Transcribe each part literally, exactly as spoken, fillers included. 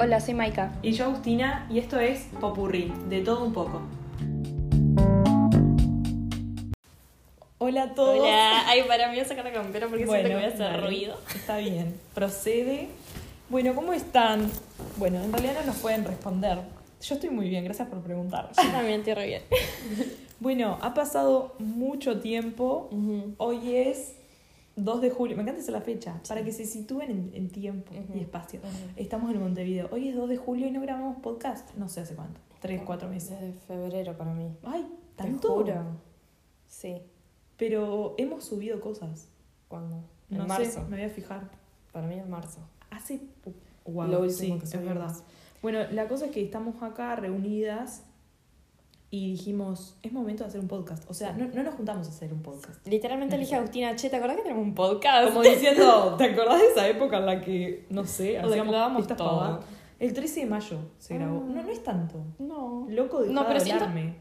Hola, soy Maika. Y yo, Agustina, y esto es Popurrí, de todo un poco. Hola a todos. Hola. Ay, para mí voy a sacar la campera porque Bueno, siento que voy a hacer dale. ruido. Está bien, procede. Bueno, ¿cómo están? Bueno, en realidad no nos pueden responder. Yo estoy muy bien, gracias por preguntar. Yo también estoy re bien. Bueno, ha pasado mucho tiempo. Uh-huh. Hoy es dos de julio. Me encanta esa la fecha, sí. Para que se sitúen en, en tiempo Uh-huh. y espacio. Uh-huh. Estamos en Montevideo. Hoy es dos de julio y no grabamos podcast. No sé hace cuánto. Tres, cuatro meses. Desde febrero para mí. Ay, ¿Te ¿tanto? juro? Sí. Pero hemos subido cosas. ¿Cuándo? En No marzo. sé, me voy a fijar. Para mí en marzo. Hace... Wow, Lo último sí, que es subimos. verdad. Bueno, la cosa es que estamos acá reunidas y dijimos, es momento de hacer un podcast. O sea, Sí. no, no nos juntamos a hacer un podcast. Literalmente le dije a Agustina, che, ¿te acordás que tenemos un podcast? Como diciendo, ¿te acordás de esa época en la que, no sé, O sea, hacíamos grabamos estas todo. pavadas? El trece de mayo se grabó. Ah. No, no es tanto. No. Loco, dejá No, pero de siento- hablarme.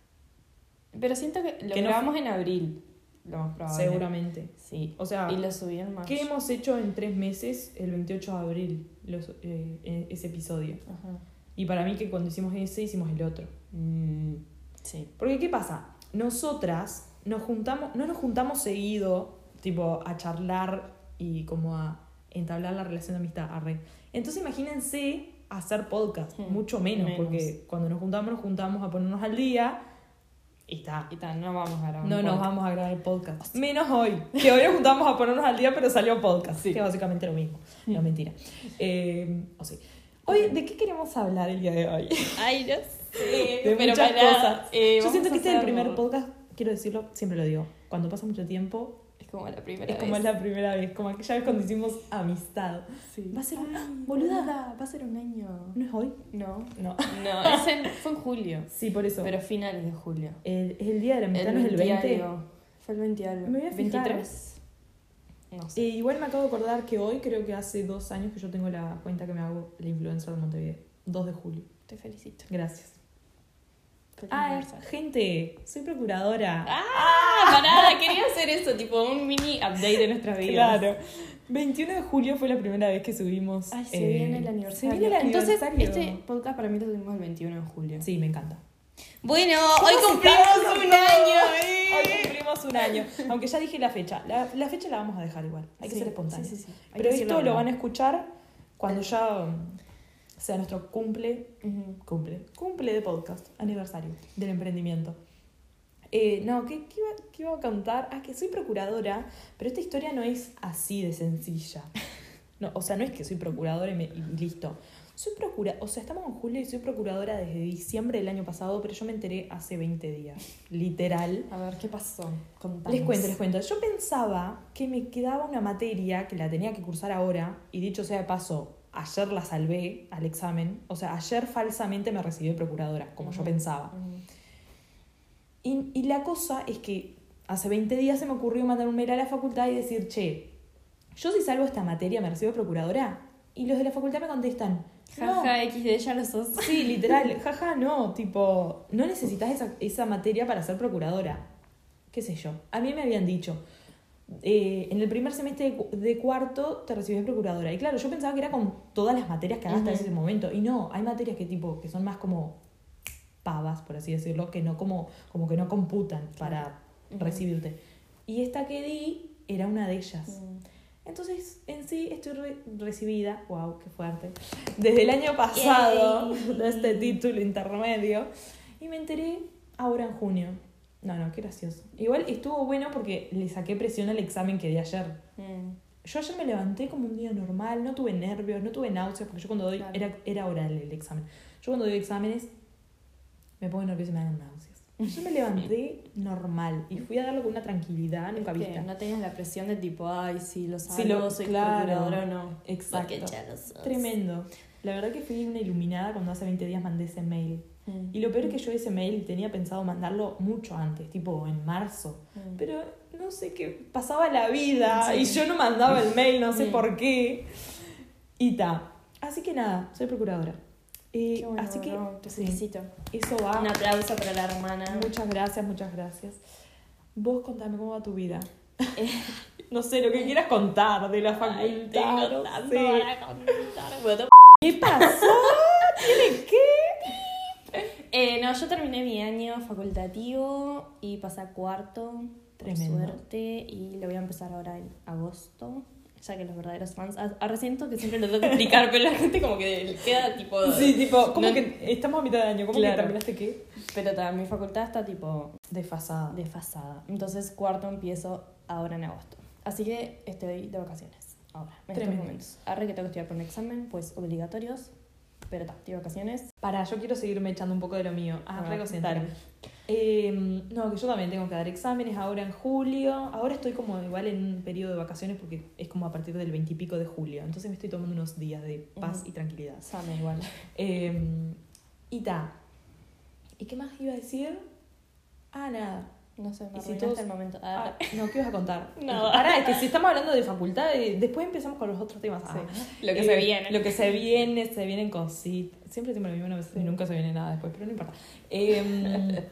Pero siento que lo Que no grabamos en abril. Lo más probable. Seguramente. Sí. O sea, Y lo subí en mayo. ¿qué hemos hecho en tres meses? El veintiocho de abril, los, eh, eh, ese episodio. Ajá. Y para mí que cuando hicimos ese, hicimos el otro. Mm, sí. Porque, ¿qué pasa? Nosotras nos juntamos, no nos juntamos seguido, tipo, a charlar y como a entablar la relación de amistad. Arre. Entonces, imagínense hacer podcast, Hmm, mucho menos, menos. porque cuando nos juntamos, nos juntamos a ponernos al día y está. Y tal, no vamos a grabar. No un nos podcast. vamos a grabar el podcast. Menos hoy, que hoy nos juntamos a ponernos al día, pero salió podcast. Sí. Que es básicamente lo mismo. No, mentira. Eh, o sí. Hoy, ¿de qué queremos hablar el día de hoy? Ay, no sé. De pero muchas pará, cosas. eh, Yo vamos siento a que este es el hacerlo. primer podcast, quiero decirlo, siempre lo digo. Cuando pasa mucho tiempo, Es como la primera es vez. como es la primera vez, como aquella vez cuando hicimos amistad. Sí. Va a ser un... Ay, boluda. va a ser un año. ¿No es hoy? No. No. No, es en- fue en julio. Sí, por eso. Pero finales de julio. El, es el día de la amistad, ¿no es el veinte? algo. Fue el veinte algo. Me voy a fijar. ¿veintitrés? No sé. Eh, igual me acabo de acordar que hoy, creo que hace dos años que yo tengo la cuenta que me hago la influencer de Montevideo. dos de julio. Te felicito. Gracias. Feliz Ah, aniversario. gente, soy procuradora. ¡Ah! Pará, quería hacer eso, tipo un mini update de nuestras vidas. Claro. veintiuno de julio fue la primera vez que subimos. Ay, se eh, viene el aniversario. Se viene el Entonces, aniversario. este podcast para mí lo tuvimos el veintiuno de julio. Sí, me encanta. Bueno, ¿Cómo hoy se cumplimos está dando un todo? año. Hoy ¿eh? cumplimos un año. Aunque ya dije la fecha. La, la fecha la vamos a dejar igual. Hay que Sí, ser espontáneos. sí, sí, sí. Hay Pero que esto decirlo lo ahora. van a escuchar cuando ya um, sea nuestro cumple. Ujú. Cumple. Cumple de podcast. Aniversario del emprendimiento. Eh, no, ¿qué, qué, iba, ¿qué iba a contar? Ah, que soy procuradora, pero esta historia no es así de sencilla. No, o sea, no es que soy procuradora y, me, y listo. Soy procura, o sea, estamos en julio y soy procuradora desde diciembre del año pasado, pero yo me enteré hace veinte días, literal. A ver, ¿qué pasó? Contanos. Les cuento, les cuento. Yo pensaba que me quedaba una materia que la tenía que cursar ahora, y dicho sea de paso, ayer la salvé al examen. O sea, ayer falsamente me recibí de procuradora, como yo Ujú. pensaba. Ujú. Y, y la cosa es que hace veinte días se me ocurrió mandar un mail a la facultad y decir, che, yo si salvo esta materia me recibo de procuradora. Y los de la facultad me contestan, no. Jaja, equis de ya lo sos. Sí, literal, jaja, no, tipo, no necesitas esa, esa materia para ser procuradora. ¿Qué sé yo? A mí me habían dicho, eh, en el primer semestre de, cu- de cuarto te recibís de procuradora. Y claro, yo pensaba que era con todas las materias que hagas hasta Ujú. ese momento. Y no, hay materias que tipo, que son más como pavas, por así decirlo, que no como, como que no computan para Ujú. recibirte. Y esta que di era una de ellas. Mm. Entonces, en sí, estoy re- recibida, wow, qué fuerte, desde el año pasado, Yay. de este título intermedio, y me enteré ahora en junio. No, no, qué gracioso. Igual estuvo bueno porque le saqué presión al examen que di ayer. Mm. Yo ayer me levanté como un día normal, no tuve nervios, no tuve náuseas, porque yo cuando doy, Claro. era, era oral el examen. Yo cuando doy exámenes me pongo nerviosa y me dan náuseas. Yo me levanté normal y fui a darlo con una tranquilidad nunca Que vista. no tenías la presión de tipo, ay, sí, lo Sí, salvo, lo- soy claro. procuradora o no. Exacto. Porque ya lo sos. Tremendo. La verdad que fui una iluminada cuando hace veinte días mandé ese mail. Mm. Y lo peor es que yo ese mail tenía pensado mandarlo mucho antes, tipo en marzo. Mm. Pero no sé qué, pasaba la vida Sí. y yo no mandaba el mail, no sé Mm. por qué. Y ta. Así que nada, soy procuradora. Eh, Qué bueno, así que no, te sí, felicito. eso va. Un aplauso para la hermana. Muchas gracias, muchas gracias. Vos contame cómo va tu vida. Eh, No sé, lo que quieras contar de la facultad. Ay, tengo no tanto sé. para contar. Bueno, ¿Qué pasó? No, yo terminé mi año facultativo y pasé a cuarto, Tremendo. por suerte, y lo voy a empezar ahora en agosto, ya que los verdaderos fans... Ahora siento que siempre lo tengo que explicar, pero la gente como que le queda tipo... Sí, tipo, ¿cómo no- que estamos a mitad de año? ¿Cómo Claro. que terminaste qué? Pero ta, mi facultad está tipo Desfasada. desfasada. Entonces cuarto empiezo ahora en agosto. Así que estoy de vacaciones ahora, en estos Tremendo. momentos. Arre que tengo que estudiar por un examen, pues obligatorios. Pero ta, estoy de vacaciones. Para, yo quiero seguirme echando un poco de lo mío. Ah, Ah, re egocéntrica. dale. Eh, no, que yo también tengo que dar exámenes ahora en julio. Ahora estoy como igual en un periodo de vacaciones porque es como a partir del veintipico de julio. Entonces me estoy tomando unos días de paz Ujú. y tranquilidad. Sana igual. Eh, y ta. ¿Y qué más iba a decir? Ah, nada. No sé, me ¿Y si arruinaste todos- el momento. Ah, Ah, no, ¿qué vas a contar? No. Pará, es que si estamos hablando de facultad, eh, después empezamos con los otros temas. Ah, sí. Lo que eh, se viene. Lo que se viene, se vienen cositas. Siempre decimos lo mismo una vez y nunca se viene nada después, pero no importa. Eh,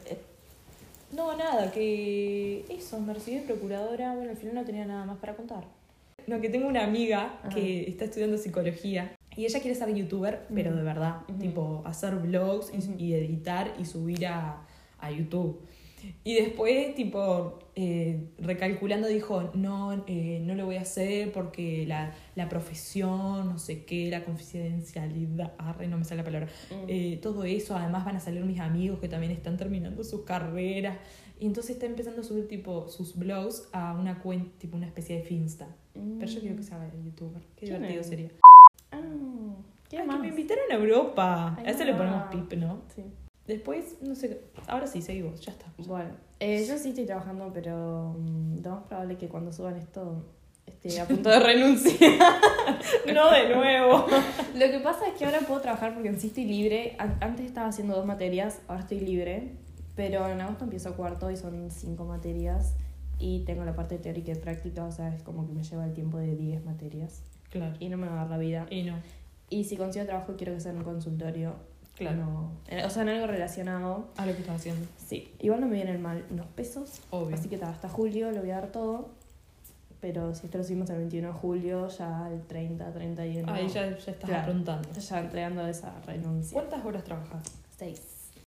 no, nada, que eso, me recibí de procuradora. Bueno, al final no tenía nada más para contar. No, que tengo una amiga Ajá. que está estudiando psicología y ella quiere ser youtuber, pero Ujú. de verdad, Ujú. tipo hacer vlogs y- Ujú. y editar y subir a, a YouTube. Y después, tipo, eh, recalculando, dijo, no, eh, no lo voy a hacer porque la, la profesión, no sé qué, la confidencialidad, arre, no me sale la palabra, Mm. eh, todo eso, además van a salir mis amigos que también están terminando sus carreras. Y entonces está empezando a subir, tipo, sus blogs a una cuenta, tipo, una especie de Finsta. Pero yo quiero que se haga el youtuber. Qué ¿Quién divertido es? sería. Ah, ¿qué Ay, más? que me invitaron a Europa. Ay, a eso no. le ponemos pip, ¿no? Sí. Después, no sé, ahora sí, seguimos, ya está. Bueno, eh, yo sí estoy trabajando, pero mm, lo más probable es que cuando suban esto esté a punto de renunciar. No, de nuevo. Lo que pasa es que ahora puedo trabajar porque en sí estoy libre. An- Antes estaba haciendo dos materias, ahora estoy libre. Pero en agosto empiezo cuarto y son cinco materias. Y tengo la parte teórica y práctica, o sea, es como que me lleva el tiempo de diez materias. Claro. Y no me va a dar la vida. Y no. Y si consigo trabajo, quiero que sea en un consultorio. Claro. No, eh, o sea, en algo relacionado. A lo que estás haciendo. Sí, igual no me vienen mal unos pesos. Obvio. Así que ta, hasta julio lo voy a dar todo. Pero si esto lo subimos el veintiuno de julio, ya el treinta, treinta y uno. Ahí ya, ya estás Claro. aprontando. Ya entregando esa renuncia. ¿Cuántas horas trabajas? Seis.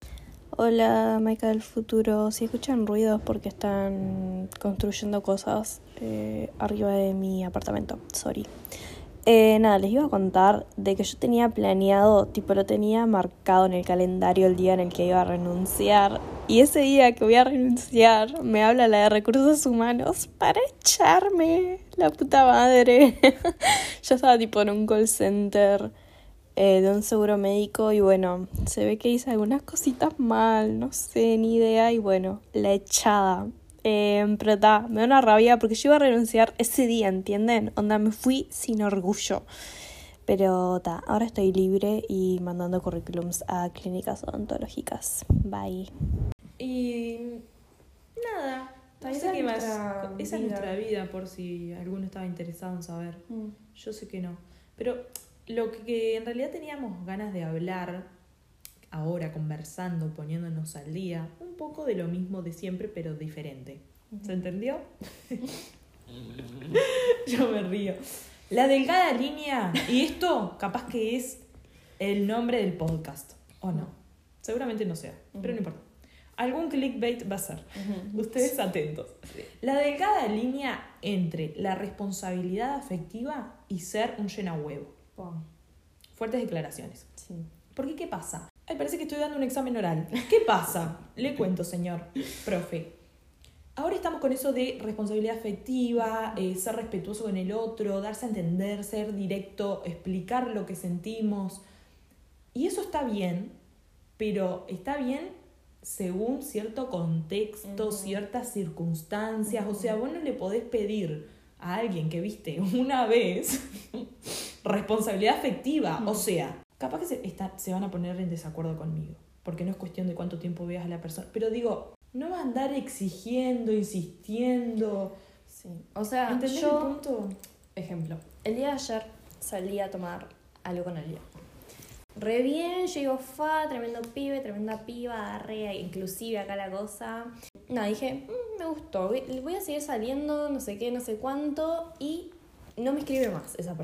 Hola, Maika del futuro. Si escuchan ruidos porque están construyendo cosas eh, arriba de mi apartamento, sorry. Eh, nada, les iba a contar de que yo tenía planeado, tipo lo tenía marcado en el calendario el día en el que iba a renunciar. Y ese día que voy a renunciar, me habla la de recursos humanos para echarme, la puta madre. Yo estaba tipo en un call center eh, de un seguro médico y bueno, se ve que hice algunas cositas mal, no sé, ni idea. Y bueno, la echada. Eh, pero ta, me da una rabia porque yo iba a renunciar ese día, ¿entienden? Onda, me fui sin orgullo. Pero ta, ahora estoy libre y mandando currículums a clínicas odontológicas. Bye. Y nada, no Esa sé es qué más. nuestra Esa es vida. nuestra vida, por si alguno estaba interesado en saber. Mm. Yo sé que no. Pero lo que en realidad teníamos ganas de hablar, ahora conversando, poniéndonos al día, un poco de lo mismo de siempre, pero diferente. ¿Se entendió? Yo me río. La delgada línea, y esto capaz que es el nombre del podcast, ¿o no? Seguramente no sea, pero no importa. Algún clickbait va a ser. Ujú. Ustedes atentos. La delgada línea entre la responsabilidad afectiva y ser un llena huevo. Wow. Fuertes declaraciones. Sí. ¿Por qué qué pasa? Ay, parece que estoy dando un examen oral. ¿Qué pasa? Le cuento, señor profe. Ahora estamos con eso de responsabilidad afectiva, eh, ser respetuoso con el otro, darse a entender, ser directo, explicar lo que sentimos. Y eso está bien, pero está bien según cierto contexto, Ujú. ciertas circunstancias. Ujú. O sea, vos no le podés pedir a alguien que viste una vez responsabilidad afectiva. Ujú. O sea, capaz que se, está, se van a poner en desacuerdo conmigo, porque no es cuestión de cuánto tiempo veas a la persona. Pero digo, no va a andar exigiendo, insistiendo. Sí. O sea, ¿Entendés yo... el punto? Ejemplo, el día de ayer salí a tomar algo con Elia. Re bien, yo digo, fa, tremendo pibe, tremenda piba, agarré, inclusive acá la cosa. No, dije, "Mm, me gustó, voy, voy a seguir saliendo, no sé qué, no sé cuánto", y no me escribe más esa persona.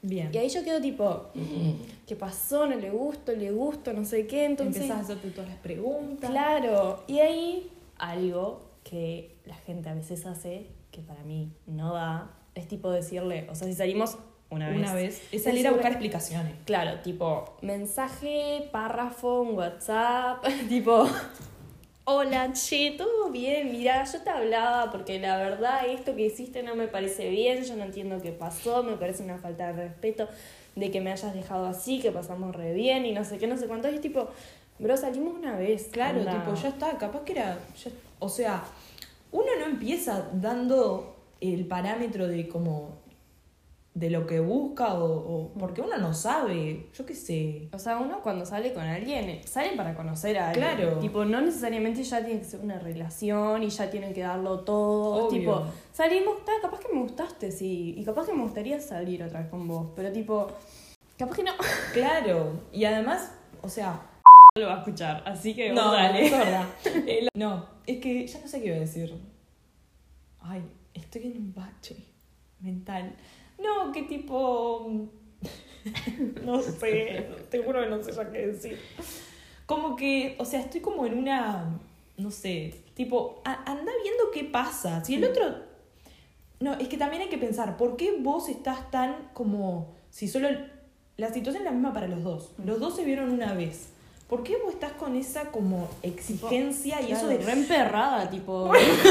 Bien. Y ahí yo quedo tipo, ¿qué pasó? ¿No le gusto? ¿Le gusto? No sé qué. Entonces, empezás a hacerte todas las preguntas. claro. Y ahí algo que la gente a veces hace, que para mí no da, es tipo decirle, o sea, si salimos una vez. Una vez. Es salir a Decirle- buscar explicaciones. Claro, tipo, mensaje, párrafo, un WhatsApp, tipo, hola, che, ¿todo bien? Mirá, yo te hablaba porque la verdad esto que hiciste no me parece bien, yo no entiendo qué pasó, me parece una falta de respeto de que me hayas dejado así, que pasamos re bien y no sé qué, no sé cuánto. Y es tipo, bro, salimos una vez. Claro, onda. tipo, ya está, capaz que era... ya- o sea, uno no empieza dando el parámetro de como... de lo que busca o, o porque uno no sabe, yo qué sé. O sea, uno cuando sale con alguien, sale para conocer a alguien. Claro. Tipo, no necesariamente ya tiene que ser una relación y ya tiene que darlo todo. Obvio. Tipo, salimos, ta, capaz que me gustaste, sí. Y capaz que me gustaría salir otra vez con vos. Pero tipo, capaz que no. Claro, y además, o sea... lo va a escuchar, así que No, vos dale. es verdad. El- no, es que ya no sé qué iba a decir. Ay, estoy en un bache mental. No, que tipo... no sé, te juro que no sé ya qué decir. Como que, o sea, estoy como en una... No sé, tipo, a- anda viendo qué pasa. Si el otro... No, es que también hay que pensar, ¿por qué vos estás tan como... Si solo... La situación es la misma para los dos. Los dos se vieron una vez. ¿Por qué vos estás con esa como exigencia y eso de... re emperrada, tipo.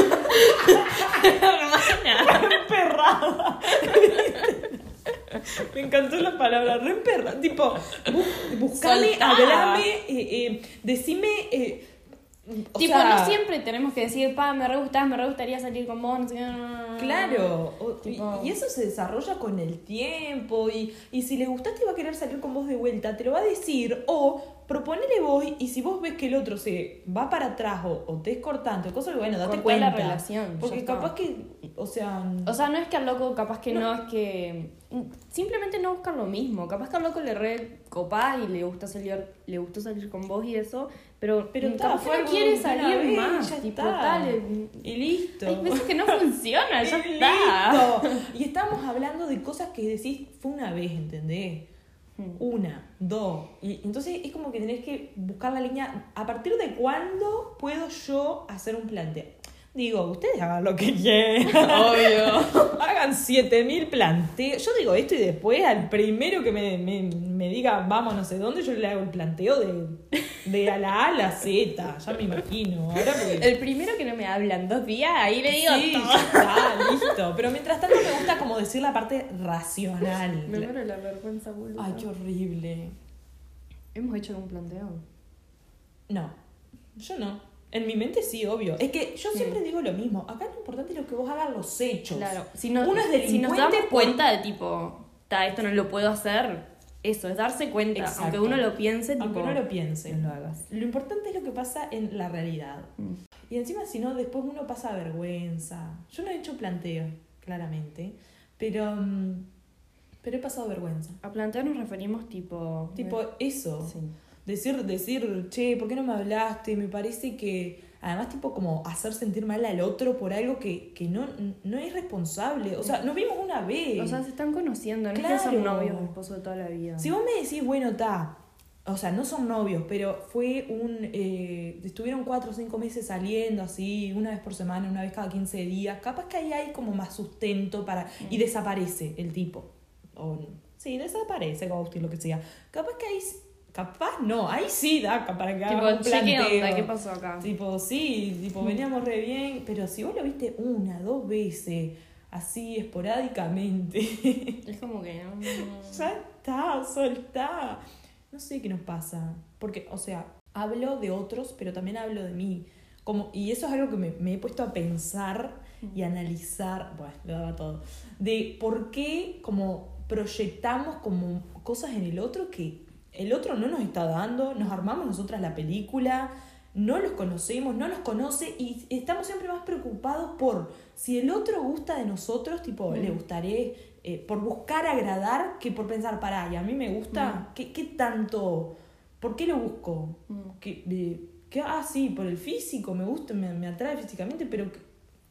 Emperrada. Me encantó la palabra, re emperrada. Tipo, bu- buscame, Soltá. hablame, eh, eh, decime... eh, o Tipo, sea, no siempre tenemos que decir, pa, me re gustás, me re gustaría salir con vos, no sé qué, no, no, no, no. Claro, o- Tipo- y, y eso se desarrolla con el tiempo y, y si le gustaste y va a querer salir con vos de vuelta, te lo va a decir o proponele vos y si vos ves que el otro se va para atrás o, o te es cortante o cosas, bueno, date Cortá cuenta. la relación, Porque ya está. capaz que, o sea... O sea, no es que al loco capaz que no, es que... Simplemente no buscan lo mismo. Capaz que al loco le re copás y le gusta salir, le gustó salir con vos y eso, pero, Pero mm, está, capaz fue que no algo quiere de una salir vez, más. ya Tipo, está. dale. Y listo. Hay veces que no funciona, ya Y está. listo. Y estamos hablando de cosas que decís, fue una vez, ¿entendés? Hmm. Una, dos. Y entonces es como que tenés que buscar la línea. ¿A partir de cuándo puedo yo hacer un planteo? Digo, ustedes hagan lo que quieran. Obvio. Hagan siete mil planteos. Yo digo esto y después al primero que me, me, me diga vamos no sé dónde, yo le hago el planteo de, de a la A a la Z. Ya me imagino. Ahora porque... El primero que no me hablan dos días, ahí le digo Sí, todo. ya está, listo. Pero mientras tanto me gusta como decir la parte racional. Me muero de la vergüenza, boludo. Ay, qué horrible. ¿Hemos hecho algún planteo? No, yo no. En mi mente sí, obvio. Es que yo siempre Mm. digo lo mismo. Acá lo importante es lo que vos hagas los hechos. Claro. Si, no, Uno es si nos damos delincuente por- cuenta de tipo, ta, esto no lo puedo hacer, eso, es darse cuenta. Exacto. Aunque uno lo piense, Aunque tipo, no lo piense. no lo hagas. Lo importante es lo que pasa en la realidad. Mm. Y encima, si no, después uno pasa vergüenza. Yo no he hecho planteo, claramente. Pero, mm, pero he pasado vergüenza. A plantear nos referimos tipo... Tipo, eso. Sí. Decir, decir, che, ¿por qué no me hablaste? Me parece que, además, tipo, como hacer sentir mal al otro por algo que, que no, no es responsable. O sea, nos vimos una vez. O sea, se están conociendo, no es Claro. que son novios o esposos de toda la vida. Si vos me decís, bueno, ta, o sea, no son novios, pero fue un... Eh, estuvieron cuatro o cinco meses saliendo así, una vez por semana, una vez cada quince días, capaz que ahí hay como más sustento para... Y desaparece el tipo. O, sí, desaparece, ghosting, lo que sea. Capaz que ahí... Capaz no, ahí sí da para que hagas un Tipo, che, ¿qué planteo. onda? ¿Qué pasó acá? Tipo, sí, tipo, veníamos re bien, pero si vos lo viste una, dos veces, así esporádicamente, Es como que... mm, ya está, soltá. No sé qué nos pasa. Porque, o sea, hablo de otros, pero también hablo de mí. Como, y eso es algo que me, me he puesto a pensar y analizar, bueno, lo daba todo, de por qué como proyectamos como cosas en el otro que el otro no nos está dando, nos armamos nosotras la película, no los conocemos, no nos conoce y estamos siempre más preocupados por si el otro gusta de nosotros, tipo, Mm. le gustaré, eh, por buscar agradar, que por pensar, pará, y a mí me gusta, Mm. ¿qué, qué tanto? ¿Por qué lo busco? mm. Que, eh, que, ah, sí, por el físico, me gusta, me, me atrae físicamente, pero que-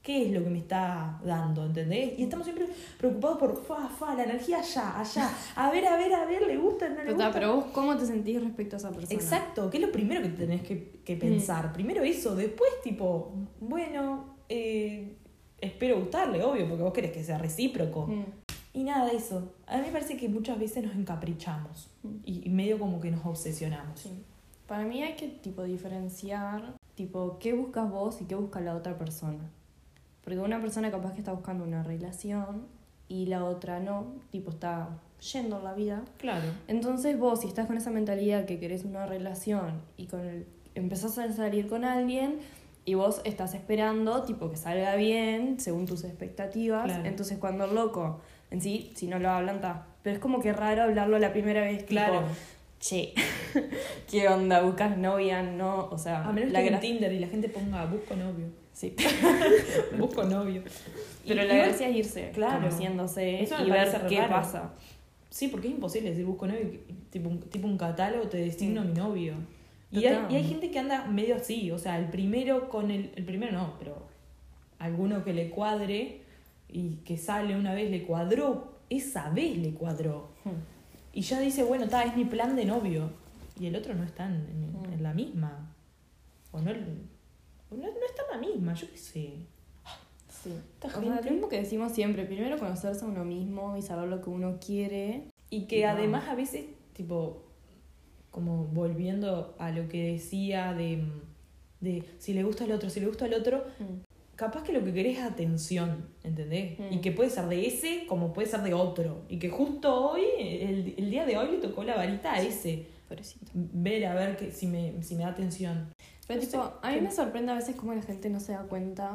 ¿qué es lo que me está dando? ¿Entendés? Y estamos siempre preocupados por, fa, fa, la energía allá, allá. A ver, a ver, a ver, ¿le gusta, no le Pero, gusta? pero vos, ¿cómo te sentís respecto a esa persona? Exacto, que es lo primero que tenés que, que pensar. Mm. Primero eso, después tipo, bueno, eh, espero gustarle, obvio, porque vos querés que sea recíproco. Mm. Y nada, eso. A mí me parece que muchas veces nos encaprichamos mm. y, y medio como que nos obsesionamos. Sí. Para mí hay que tipo diferenciar tipo qué buscas vos y qué busca la otra persona. Porque una persona capaz que está buscando una relación y la otra no, tipo está yendo en la vida. Claro. Entonces vos, si estás con esa mentalidad que querés una relación y con el, empezás a salir con alguien y vos estás esperando tipo que salga bien según tus expectativas, claro. Entonces cuando el loco, en sí, si no lo hablan, está. Pero es como que raro hablarlo la primera vez, claro. Tipo, che, ¿qué onda? ¿Buscas novia? No, o sea... A menos la que gra- en Tinder y la gente ponga busco novio. Sí. Busco novio. Pero y, la y gracia es irse, claro. conociéndose Eso y ver qué raro. pasa. Sí, porque es imposible decir busco novio, tipo un, tipo un catálogo te designo mm. mi novio. Y hay, y hay gente que anda medio así, o sea, el primero con el... El primero no, pero alguno que le cuadre y que sale una vez le cuadró, esa vez le cuadró. Mm. Y ya dice, bueno, ta, es mi plan de novio. Y el otro no está en, en, mm. en la misma. O no... No, no está en la misma, yo qué sé. Sí. O sea, lo mismo que decimos siempre, primero conocerse a uno mismo y saber lo que uno quiere. Y que y además no. a veces, tipo, como volviendo a lo que decía de, de si le gusta al otro, si le gusta al otro, mm. capaz que lo que querés es atención, ¿entendés? Mm. Y que puede ser de ese como puede ser de otro. Y que justo hoy, el, el día de hoy le tocó la varita a ese. Pobrecito. Ver a ver que, si, me, si me da atención. Pero no tipo, sé, a mí ¿qué? me sorprende a veces cómo la gente no se da cuenta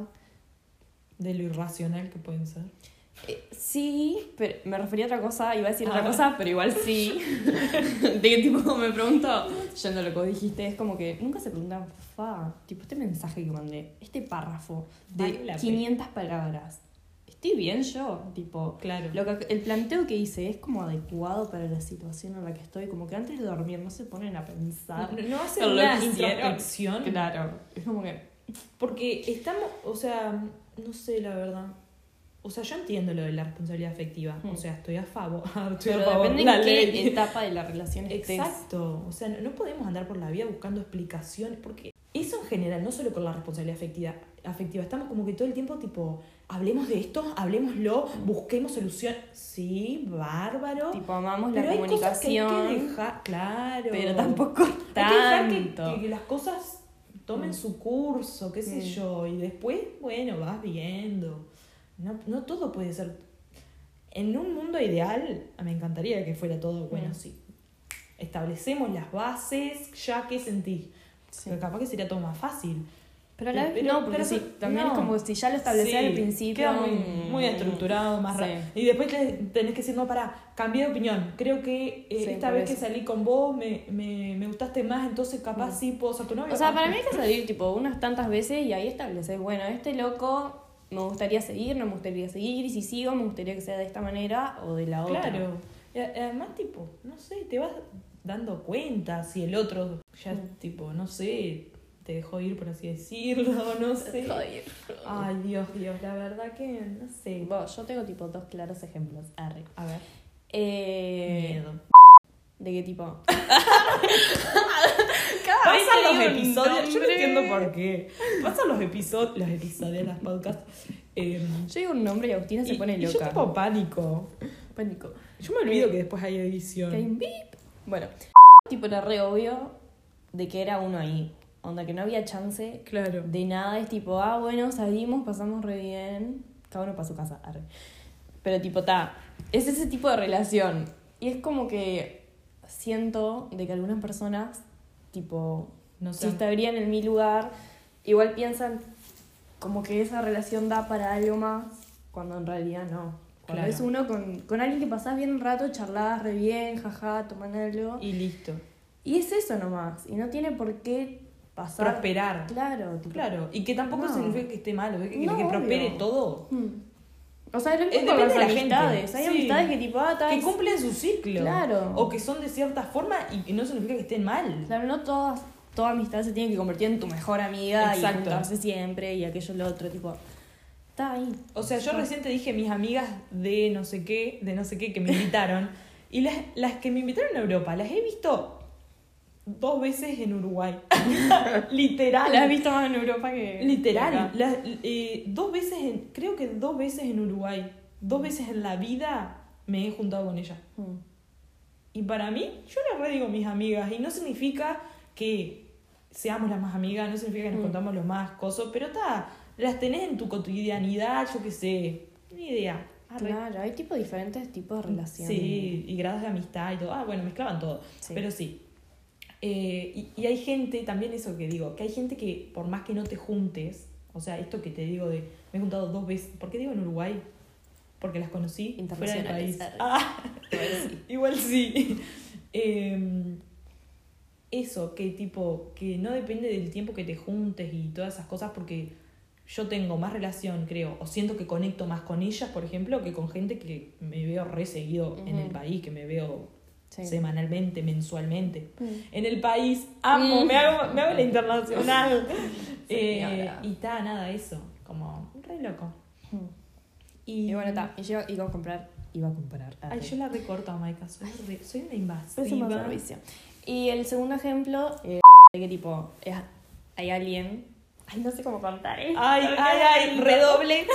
de lo irracional que pueden ser. Eh, sí, pero me refería a otra cosa, iba a decir ah. otra cosa, pero igual sí. De que tipo me pregunto, yendo a lo que vos dijiste, es como que nunca se preguntan, fa, tipo este mensaje que mandé, este párrafo de vale quinientas palabras. ¿Estoy bien yo? Tipo, claro. Lo que, el planteo que hice es como adecuado para la situación en la que estoy. Como que antes de dormir no se ponen a pensar. No, no hacen una introspección. Claro. Es como que... Porque estamos, o sea, no sé la verdad. O sea, yo entiendo lo de la responsabilidad afectiva. Hmm. O sea, estoy a favor. Estoy Pero a favor depende la de ley. qué etapa de la relación estés. Exacto. O sea, no, no podemos andar por la vida buscando explicaciones. Porque eso en general, no solo con la responsabilidad afectiva, afectiva estamos como que todo el tiempo tipo... Hablemos de esto, hablemoslo, busquemos solución. Sí, bárbaro. Tipo, amamos pero la hay comunicación. Cosas que hay que dejar, claro. Pero tampoco tanto. Hay que dejar que, que las cosas tomen mm. su curso, qué sé mm. yo. Y después, bueno, vas viendo. No, no todo puede ser... En un mundo ideal, me encantaría que fuera todo, bueno, mm. sí. Establecemos las bases, ya qué sentís. Sí. Pero capaz que sería todo más fácil. Pero a la vez pero, no, porque pero, sí, también no. Es como si ya lo establecés sí, al principio. Queda muy, muy estructurado, más sí. rápido. Y después te, tenés que decir, no, para, cambié de opinión. Creo que eh, sí, esta vez eso. que salí con vos me, me, me gustaste más, entonces capaz mm. sí puedo ser tu novio. O sea, para mí hay que salir tipo unas tantas veces y ahí establecer, bueno, este loco me gustaría seguir, no me gustaría seguir, y si sigo me gustaría que sea de esta manera o de la otra. Claro. Y además, tipo, no sé, te vas dando cuenta si el otro ya, mm. tipo, no sé... te dejó ir, por así decirlo, no sé. Dejó ir. Ay, Dios, Dios, la verdad que no sé. Bueno, yo tengo tipo dos claros ejemplos. Arre. A ver. Eh... Miedo. ¿De qué tipo? Pasan los episodios, yo no entiendo por qué. Pasan los episodios, los episodios de las podcasts. Eh, yo digo un nombre y Agustina se y, pone loca. Y yo tipo pánico. Pánico. Yo me olvido eh, que después hay edición. Que hay un beep. Bueno, tipo era re obvio de que era uno ahí. Onda que no había chance claro. de nada. Es tipo, ah, bueno, salimos, pasamos re bien. Cada uno para su casa. Arre. Pero tipo, ta, es ese tipo de relación. Y es como que siento de que algunas personas, tipo, no sé. si estarían en mi lugar, igual piensan como que esa relación da para algo más, cuando en realidad no. Cuando claro. es uno con, con alguien que pasás bien un rato, charlás re bien, jaja, toman algo. Y listo. Y es eso nomás. Y no tiene por qué pasar. Prosperar. Claro. Tipo, claro. Y que tampoco no. significa que esté malo, que, no, que prospere obvio. todo. Hmm. O sea, lo mismo eh, con las de la amistades. gente. Hay sí. amistades que tipo, ah, que cumplen su ciclo. Claro. O que son de cierta forma y no significa que estén mal. Claro, no todas, toda amistad se tiene que convertir en tu mejor amiga. Exacto. Y juntarse siempre y aquello lo otro, tipo. está ahí. O sea, yo Está. recién te dije mis amigas de no sé qué, de no sé qué, que me invitaron. Y las, las que me invitaron a Europa, las he visto dos veces en Uruguay. Literal. La has visto más en Europa que. Literal. que acá. Las, eh, dos veces, en, creo que dos veces en Uruguay. Dos veces en la vida me he juntado con ella. Mm. Y para mí, yo les re digo mis amigas. Y no significa que seamos las más amigas, no significa que nos Mm. contamos los más cosas. Pero está, las tenés en tu cotidianidad, yo qué sé. Ni idea. Arre. Claro, hay tipo diferentes tipos de relaciones. Sí, y grados de amistad y todo. Ah, bueno, mezclaban todo. Sí. Pero sí. Eh, y, y hay gente, también eso que digo, que hay gente que por más que no te juntes, o sea, esto que te digo de, me he juntado dos veces, ¿por qué digo en Uruguay? Porque las conocí fuera del país. Internacionales. Ah, Igual sí. igual sí. Eh, eso, que tipo, que no depende del tiempo que te juntes y todas esas cosas, porque yo tengo más relación, creo, o siento que conecto más con ellas, por ejemplo, que con gente que me veo re seguido en el Ujú. país, que me veo Sí. semanalmente, mensualmente. Mm. En el país, amo, Mm. me, hago, me hago la internacional. Sí, Eh, ahora. y está, nada, eso, como re loco. Mm. Y, Y bueno, está. Y yo iba a comprar. Iba a comprar. Ay, yo la recorto a Maika, soy, re- soy una Pésimo invasiva. servicio. Y el segundo ejemplo, eh, de que tipo, es- hay alguien. Ay, no sé cómo contar esto. Ay, ay, ay, redoble.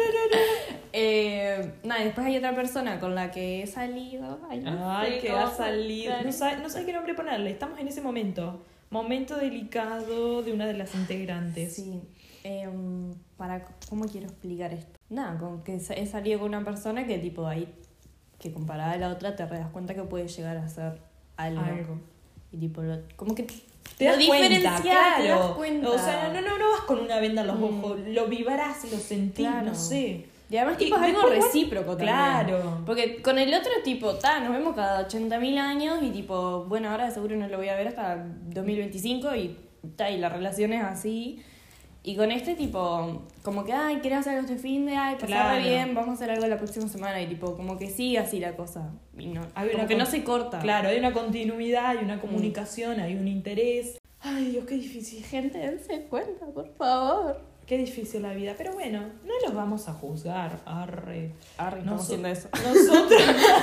Eh, nada, después hay otra persona con la que he salido. Ay, no Ay, sé que cómo ha salido. contar. No sabe, no sabe qué nombre ponerle. Estamos en ese momento. Momento delicado de una de las integrantes. Sí. Em, para, ¿cómo quiero explicar esto? Nada, con que he salido con una persona que tipo ahí, que comparada a la otra, te das cuenta que puede llegar a ser algo. Algo. Y tipo, lo- como que Te lo das cuenta, diferenciás, claro. te das cuenta. O sea, no, no, no vas con una venda en los Mm. ojos. Lo vibrás, lo sentís, Claro. no sé. Y además, Y tipo, es algo después, recíproco también. claro. Porque con el otro, tipo, ta, nos vemos cada ochenta mil años y, tipo, bueno, ahora seguro no lo voy a ver hasta dos mil veinticinco y, ta, y la relación es así. Y con este, tipo, como que, ay, ¿querés hacer algo este fin de? Ay, pasarla Claro. bien, vamos a hacer algo la próxima semana. Y, tipo, como que sigue así la cosa. Y no, Hay como una que no con- se corta. Claro, hay una continuidad, hay una Mm. comunicación, hay un interés. Ay, Dios, qué difícil. Gente, dense cuenta, por favor. Qué difícil la vida. Pero bueno, no los vamos a juzgar. Arre. Arre, No estamos so- haciendo eso. Nosotros,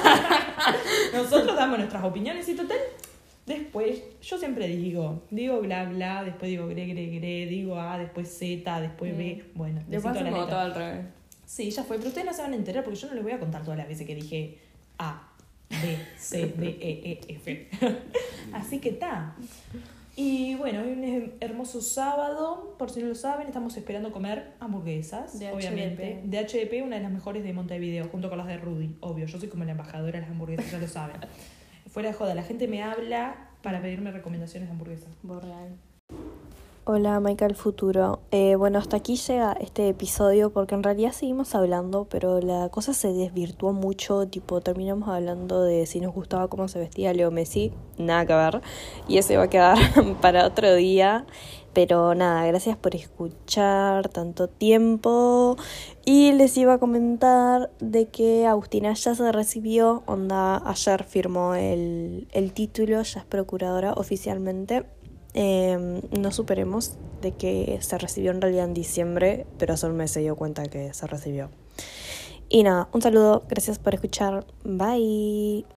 nosotros damos nuestras opiniones y total, después, yo siempre digo, digo bla bla, después digo gre gre gre, digo A, después Z, después B, bueno, Después besito a la hacemos todo letra. al revés. Sí, ya fue, pero ustedes no se van a enterar porque yo no les voy a contar todas las veces que dije A, B, C, D, E, E, F. Así que está. Y bueno, hoy es un hermoso sábado, por si no lo saben, estamos esperando comer hamburguesas, De obviamente. H D P. De H D P, una de las mejores de Montevideo, junto con las de Rudy, obvio. Yo soy como la embajadora de las hamburguesas, ya lo saben. Fuera de joda, la gente me habla para pedirme recomendaciones de hamburguesas. Borreal. Hola, Michael Futuro. Eh, bueno, hasta aquí llega este episodio porque en realidad seguimos hablando, pero la cosa se desvirtuó mucho, tipo terminamos hablando de si nos gustaba cómo se vestía Leo Messi, nada que ver, y ese va a quedar para otro día, pero nada, gracias por escuchar tanto tiempo y les iba a comentar de que Agustina ya se recibió, onda, ayer firmó el, el título, ya es procuradora oficialmente. Eh, no superemos de que se recibió en realidad en diciembre, pero hace un mes se dio cuenta que se recibió. Y nada, un saludo, gracias por escuchar, bye.